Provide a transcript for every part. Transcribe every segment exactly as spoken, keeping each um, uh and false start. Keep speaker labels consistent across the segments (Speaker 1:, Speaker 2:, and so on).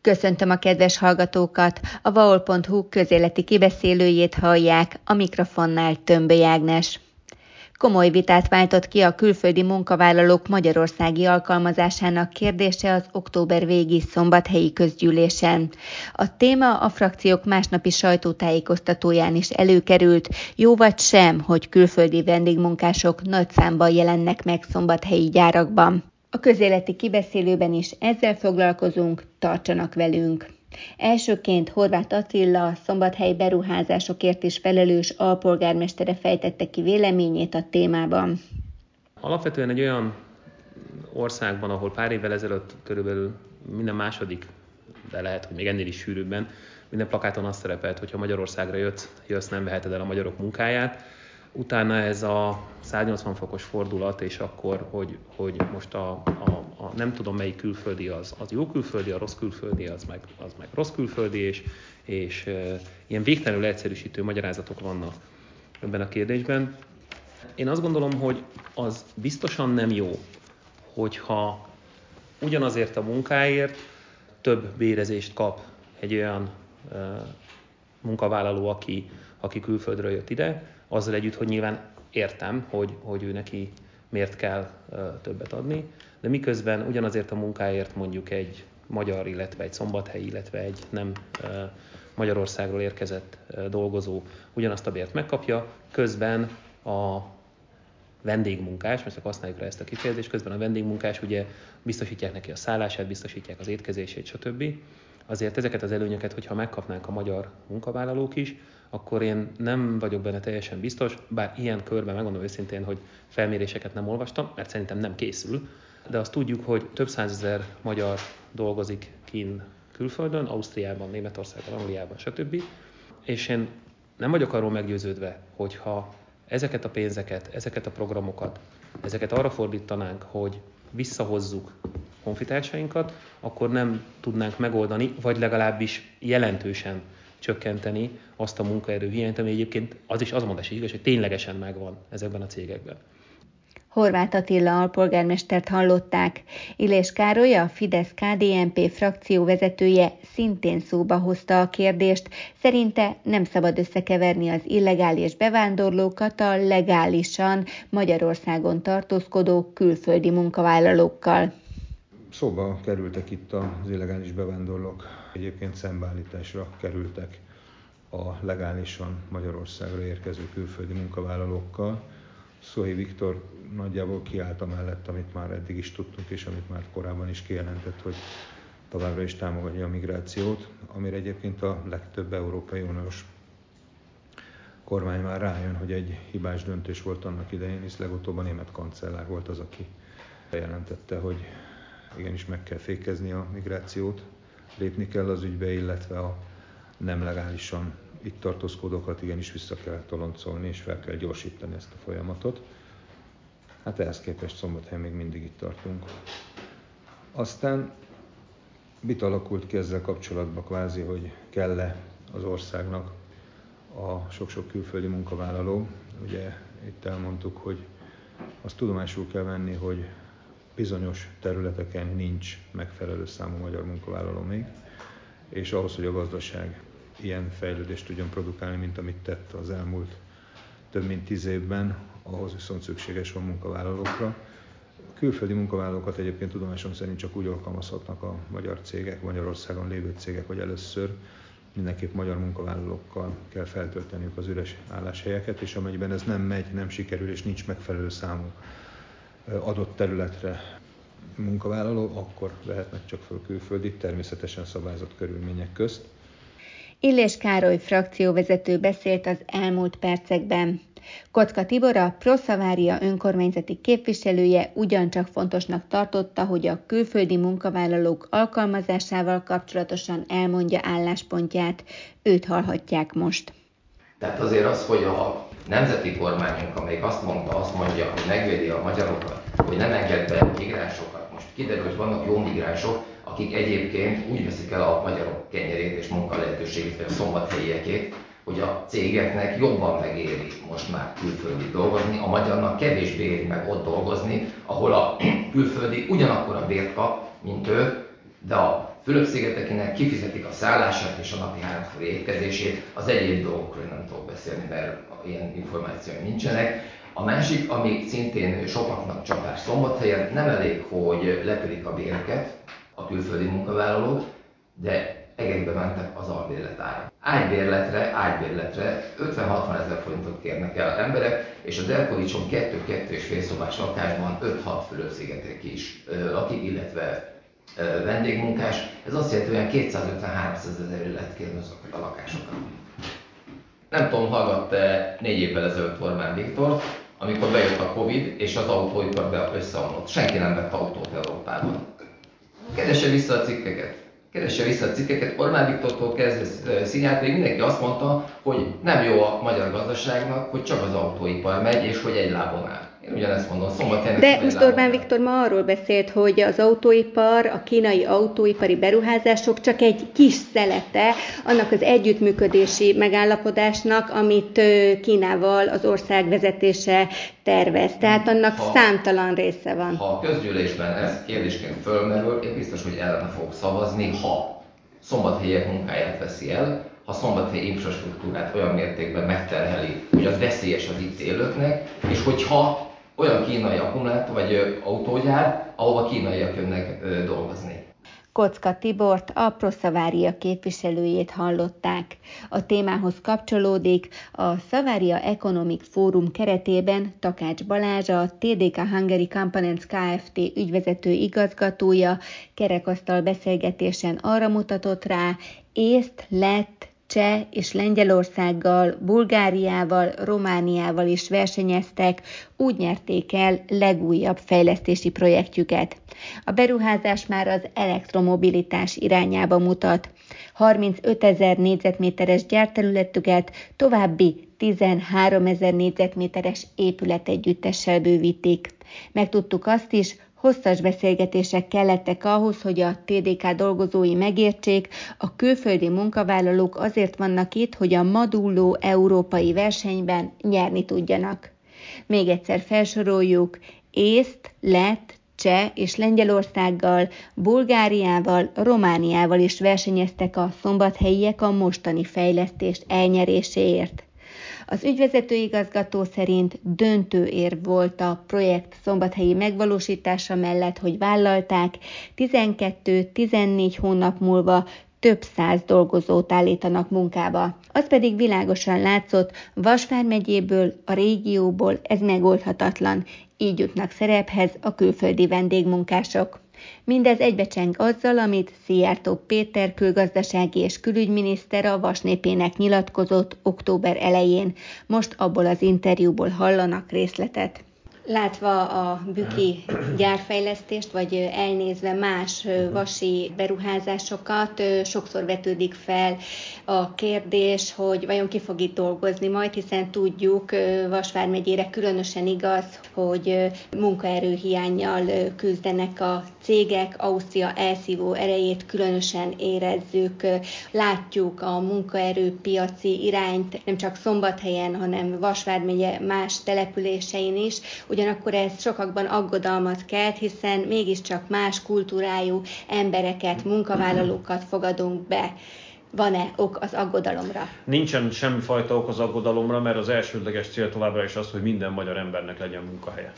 Speaker 1: Köszöntöm a kedves hallgatókat! A vaol pont hu közéleti kibeszélőjét hallják, a mikrofonnál Tömböly Ágnes. Komoly vitát váltott ki a külföldi munkavállalók magyarországi alkalmazásának kérdése az október végi szombathelyi közgyűlésen. A téma a frakciók másnapi sajtótájékoztatóján is előkerült, jó vagy sem, hogy külföldi vendégmunkások nagy számban jelennek meg szombathelyi gyárakban. A közéleti kibeszélőben is ezzel foglalkozunk, tartsanak velünk! Elsőként Horváth Attila, a Szombathely beruházásokért is felelős alpolgármestere fejtette ki véleményét a témában.
Speaker 2: Alapvetően egy olyan országban, ahol pár évvel ezelőtt körülbelül minden második, de lehet, hogy még ennél is sűrűbben, minden plakáton azt szerepelt, hogy ha Magyarországra jössz, jössz, nem veheted el a magyarok munkáját. Utána ez a száznyolcvan fokos fordulat, és akkor, hogy, hogy most a, a, a nem tudom melyik külföldi az, az jó külföldi, a rossz külföldi az meg, az meg rossz külföldi, és, és e, ilyen végtelenül egyszerűsítő magyarázatok vannak ebben a kérdésben. Én azt gondolom, hogy az biztosan nem jó, hogyha ugyanazért a munkáért több bérezést kap egy olyan e, munkavállaló, aki, aki külföldről jött ide, azzal együtt, hogy nyilván értem, hogy, hogy ő neki miért kell uh, többet adni, de miközben ugyanazért a munkáért mondjuk egy magyar, illetve egy szombathelyi, illetve egy nem uh, Magyarországról érkezett uh, dolgozó ugyanazt a bért megkapja, közben a vendégmunkás, most használjuk rá ezt a kifejezést, közben a vendégmunkás ugye biztosítják neki a szállását, biztosítják az étkezését, stb. Azért ezeket az előnyöket, hogyha megkapnánk a magyar munkavállalók is, akkor én nem vagyok benne teljesen biztos, bár ilyen körben megmondom őszintén, hogy felméréseket nem olvastam, mert szerintem nem készül, de azt tudjuk, hogy több százezer magyar dolgozik kint külföldön, Ausztriában, Németországban, Angliában, stb. És én nem vagyok arról meggyőződve, hogyha ezeket a pénzeket, ezeket a programokat, ezeket arra fordítanánk, hogy visszahozzuk honfitársainkat, akkor nem tudnánk megoldani, vagy legalábbis jelentősen csökkenteni azt a munkaerőhiányt, ami egyébként az is az mondás igaz, hogy ténylegesen megvan ezekben a cégekben.
Speaker 1: Horváth Attila alpolgármestert hallották. Illés Károly, a Fidesz-ká dé en pé frakció vezetője szintén szóba hozta a kérdést. Szerinte nem szabad összekeverni az illegális bevándorlókat a legálisan Magyarországon tartózkodó külföldi munkavállalókkal.
Speaker 3: Szóba kerültek itt az illegális bevándorlók, egyébként szembeállításra kerültek a legálisan Magyarországra érkező külföldi munkavállalókkal. Szóhi Viktor nagyjából kiállt amellett, amit már eddig is tudtunk, és amit már korábban is kijelentett, hogy továbbra is támogatja a migrációt, amire egyébként a legtöbb Európai Uniós kormány már rájön, hogy egy hibás döntés volt annak idején, hisz legutóbb a német kancellár volt az, aki bejelentette, hogy igenis meg kell fékezni a migrációt, lépni kell az ügybe, illetve a nem legálisan itt tartózkodókat igenis vissza kell toloncolni, és fel kell gyorsítani ezt a folyamatot. Hát ehhez képest Szombathelyen még mindig itt tartunk. Aztán vita alakult ki ezzel kapcsolatban kvázi, hogy kell-e az országnak a sok-sok külföldi munkavállaló. Ugye itt elmondtuk, hogy azt tudomásul kell venni, hogy bizonyos területeken nincs megfelelő számú magyar munkavállaló még, és ahhoz, hogy a gazdaság ilyen fejlődést tudjon produkálni, mint amit tett az elmúlt több mint tíz évben, ahhoz viszont szükséges van munkavállalókra. Külföldi munkavállalókat egyébként tudomásom szerint csak úgy alkalmazhatnak a magyar cégek, Magyarországon lévő cégek, hogy először mindenképp magyar munkavállalókkal kell feltölteniük az üres álláshelyeket, és amennyiben ez nem megy, nem sikerül, és nincs megfelelő számú adott területre munkavállaló, akkor vehetnek csak föl külföldi, természetesen szabályozott körülmények közt.
Speaker 1: Illés Károly frakcióvezető beszélt az elmúlt percekben. Kocka Tibor, a Proszavária önkormányzati képviselője ugyancsak fontosnak tartotta, hogy a külföldi munkavállalók alkalmazásával kapcsolatosan elmondja álláspontját. Őt hallhatják most.
Speaker 4: Tehát azért az, hogy a nemzeti kormányunk, amelyik azt mondta, azt mondja, hogy megvédi a magyarokat, hogy nem enged be migránsokat. Most kiderül, hogy vannak jó migránsok, akik egyébként úgy veszik el a magyarok kenyerét és munkalehetőségét, vagy a szombathelyiekét, hogy a cégeknek jobban megéri most már külföldi dolgozni, a magyarnak kevésbé éri meg ott dolgozni, ahol a külföldi ugyanakkor a bért kap, mint ő, de a Fülöp-szigetekinek kifizetik a szállását és a napi háromszori étkezését, az egyéb dolgokról nem tudok beszélni, mert ilyen információim nincsenek. A másik, ami szintén sokaknak csapás Szombathelyen, nem elég, hogy lekölik a béreket a külföldi munkavállalók, de egekbe mentek az albérlet ára. Ágybérletre, ágybérletre ötven-hatvan ezer forintot kérnek el emberek, és az Erkolicson kettő-kettő és fél szobás lakásban öt-hat Fülöp-szigeteki is lakik, illetve vendégmunkás. Ez azt jelenti, hogy olyan kétszázötven-háromszázezer lehet kérni azokat a lakásokat. Nem tudom, hallgatta négy évvel ezelőtt Orbán Viktor, amikor bejött a Covid és az autóipar összeomlott. Senki nem vett autót Európában. Keresse vissza a cikkeket. Keresse vissza a cikkeket. Orbán Viktortól kezdve Szijjártóig mindenki azt mondta, hogy nem jó a magyar gazdaságnak, hogy csak az autóipar megy, és hogy egy lábon áll. Én ugyanezt mondom, Szombathelyen.
Speaker 1: De most Orbán Viktor ma arról beszélt, hogy az autóipar, a kínai autóipari beruházások csak egy kis szelete annak az együttműködési megállapodásnak, amit Kínával az ország vezetése tervez. Tehát annak ha, számtalan része van.
Speaker 4: Ha a közgyűlésben ez kérdésként fölmerül, én biztos, hogy ellene fogok szavazni, ha szombathelyiek munkáját veszi el, ha Szombathely infrastruktúrát olyan mértékben megterheli, hogy az veszélyes az itt élőknek, és hogyha olyan kínai akkumulátor vagy autógyár, ahova kínaiak jönnek ö, dolgozni.
Speaker 1: Kocka Tibort, a Proszavária képviselőjét hallották. A témához kapcsolódik a Savaria Economic Forum keretében Takács Balázs, a té dé ká Hungary Components Kft. Ügyvezető igazgatója kerekasztal beszélgetésen arra mutatott rá, észt, lett, Cseh és Lengyelországgal, Bulgáriával, Romániával is versenyeztek, úgy nyerték el legújabb fejlesztési projektjüket. A beruházás már az elektromobilitás irányába mutat. harmincötezer négyzetméteres gyárterületüket további tizenháromezer négyzetméteres épületegyüttessel bővítik. Megtudtuk azt is, hosszas beszélgetések kellettek ahhoz, hogy a té dé ká dolgozói megértsék, a külföldi munkavállalók azért vannak itt, hogy a maduló európai versenyben nyerni tudjanak. Még egyszer felsoroljuk, észt, lett, Cseh és Lengyelországgal, Bulgáriával, Romániával is versenyeztek a szombathelyiek a mostani fejlesztés elnyeréséért. Az ügyvezető igazgató szerint döntő érv volt a projekt szombathelyi megvalósítása mellett, hogy vállalták, tizenkettő-tizennégy hónap múlva több száz dolgozót állítanak munkába. Az pedig világosan látszott, Vas vármegyéből, a régióból ez megoldhatatlan, így jutnak szerephez a külföldi vendégmunkások. Mindez egybecseng azzal, amit Szijjártó Péter külgazdasági és külügyminiszter a Vas népének nyilatkozott október elején. Most abból az interjúból hallanak részletet. Látva a büki gyárfejlesztést, vagy elnézve más vasi beruházásokat, sokszor vetődik fel a kérdés, hogy vajon ki fog itt dolgozni majd, hiszen tudjuk, Vas vármegyére különösen igaz, hogy munkaerőhiánnyal küzdenek a cégek, Ausztria elszívó erejét különösen érezzük. Látjuk a munkaerőpiaci irányt nem csak Szombathelyen, hanem Vas vármegye más településein is. Ugyanakkor ez sokakban aggodalmat kelt, hiszen mégiscsak más kultúrájú embereket, munkavállalókat fogadunk be. Van-e ok az aggodalomra?
Speaker 5: Nincsen semmifajta ok az aggodalomra, mert az elsődleges cél továbbra is az, hogy minden magyar embernek legyen munkahelye.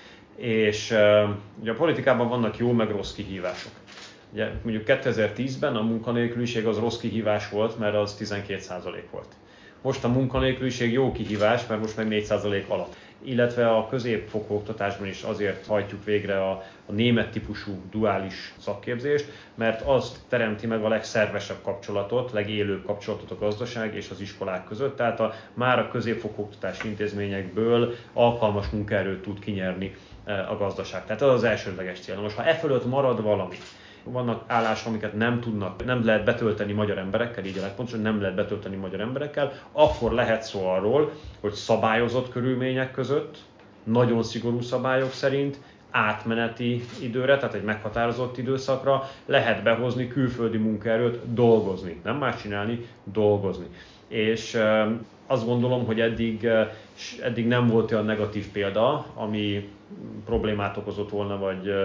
Speaker 5: És uh, ugye a politikában vannak jó meg rossz kihívások. Ugye, mondjuk kétezer-tízben a munkanélküliség az rossz kihívás volt, mert az tizenkét százalék volt. Most a munkanélküliség jó kihívás, mert most meg négy százalék alatt. Illetve a középfokú oktatásban is azért hajtjuk végre a, a német típusú duális szakképzést, mert azt teremti meg a legszervesebb kapcsolatot, legélőbb kapcsolatot a gazdaság és az iskolák között, tehát a, már a középfokú oktatási intézményekből alkalmas munkaerőt tud kinyerni a gazdaság. Tehát az az elsődleges cél. Most ha e fölött marad valami, vannak állások, amiket nem tudnak, nem lehet betölteni magyar emberekkel, így a legpontosabb, nem lehet betölteni magyar emberekkel, akkor lehet szó arról, hogy szabályozott körülmények között, nagyon szigorú szabályok szerint, átmeneti időre, tehát egy meghatározott időszakra lehet behozni külföldi munkaerőt dolgozni. Nem más csinálni, dolgozni. És azt gondolom, hogy eddig, eddig nem volt olyan negatív példa, ami problémát okozott volna, vagy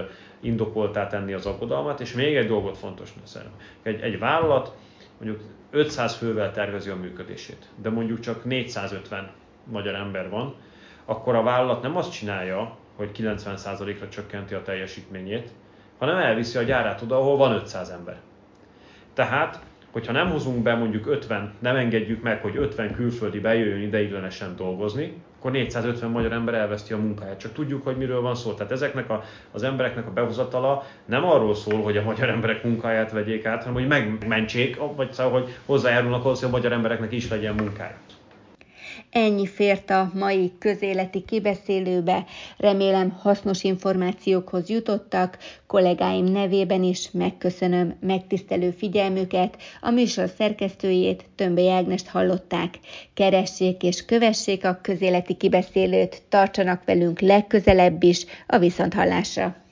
Speaker 5: indokoltá tenni az aggodalmat, és még egy dolgot fontosnak szerintem. Egy, egy vállalat mondjuk ötszáz fővel tervezi a működését, de mondjuk csak négyszázötven magyar ember van, akkor a vállalat nem azt csinálja, hogy kilencven százalékra csökkenti a teljesítményét, hanem elviszi a gyárát oda, ahol van ötszáz ember. Tehát, hogyha nem hozunk be mondjuk ötven, nem engedjük meg, hogy ötven külföldi bejöjjön ideiglenesen dolgozni, akkor négyszázötven magyar ember elveszti a munkáját. Csak tudjuk, hogy miről van szó. Tehát ezeknek a, az embereknek a behozatala nem arról szól, hogy a magyar emberek munkáját vegyék át, hanem hogy megmentsék, vagy szóval, hogy hozzájárulnak ahhoz, hogy a magyar embereknek is legyen munkájuk.
Speaker 1: Ennyi fért a mai közéleti kibeszélőbe, remélem hasznos információkhoz jutottak, kollégáim nevében is megköszönöm megtisztelő figyelmüket, a műsor szerkesztőjét, Tömbey Ágnest hallották. Keressék és kövessék a közéleti kibeszélőt, tartsanak velünk legközelebb is, a viszonthallásra!